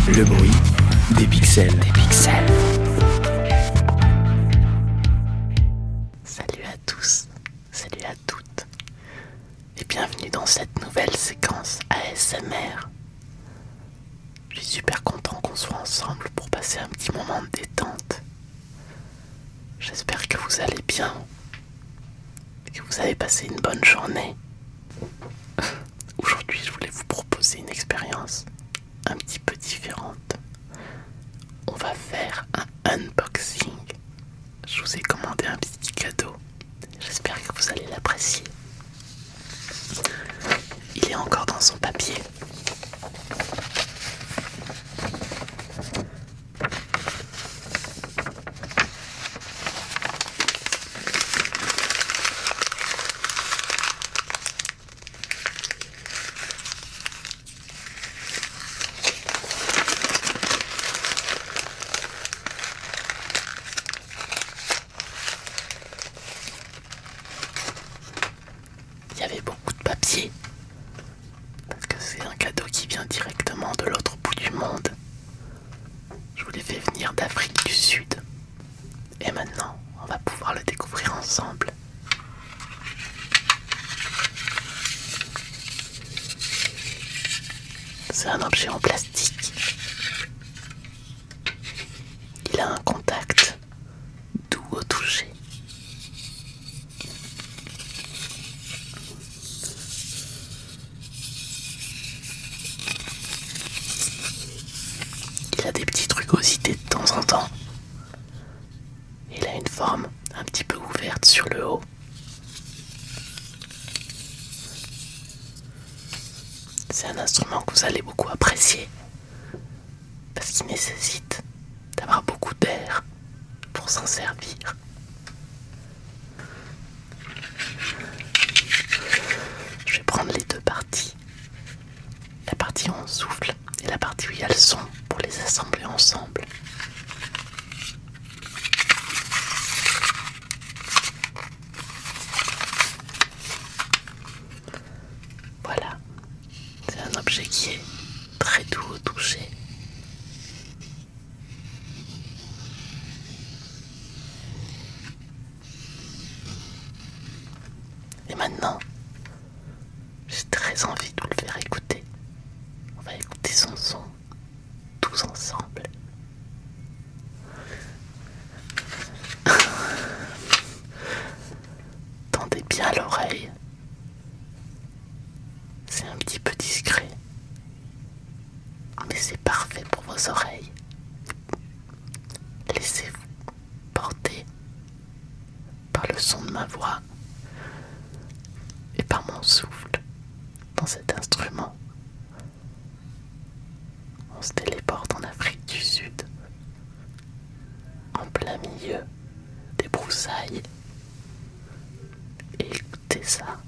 Le bruit des pixels. Des pixels. Salut à tous, salut à toutes, et bienvenue dans cette nouvelle séquence ASMR. Je suis super content qu'on soit ensemble pour passer un petit moment de détente. J'espère que vous allez bien, que vous avez passé une bonne journée. Aujourd'hui, je voulais vous proposer une expérience un petit peu différente. On va faire un unboxing. Je vous ai commandé un petit cadeau. J'espère que vous allez l'apprécier. Il est encore dans son papier. Il y avait beaucoup de papier parce que c'est un cadeau qui vient directement de l'autre bout du monde. Je vous l'ai fait venir d'Afrique du Sud et maintenant on va pouvoir le découvrir ensemble. C'est un objet en plastique. Il a un contact doux au toucher. Il a des petites rugosités de temps en temps. Il a une forme un petit peu ouverte sur le haut. C'est un instrument que vous allez beaucoup apprécier parce qu'il nécessite d'avoir beaucoup d'air pour s'en servir. Je vais prendre les deux parties. La partie où on souffle et la partie où il y a le son pour les assembler ensemble. Voilà, c'est un objet qui est très doux au toucher. Et maintenant, j'ai très envie de vous le faire écouter. On va écouter son son tous ensemble. Tendez bien l'oreille. C'est un petit peu discret, mais c'est parfait pour vos oreilles. Laissez-vous porter par le son de ma voix et par mon souffle dans cet instrument. On se téléporte en Afrique du Sud, en plein milieu des broussailles. Et écoutez ça.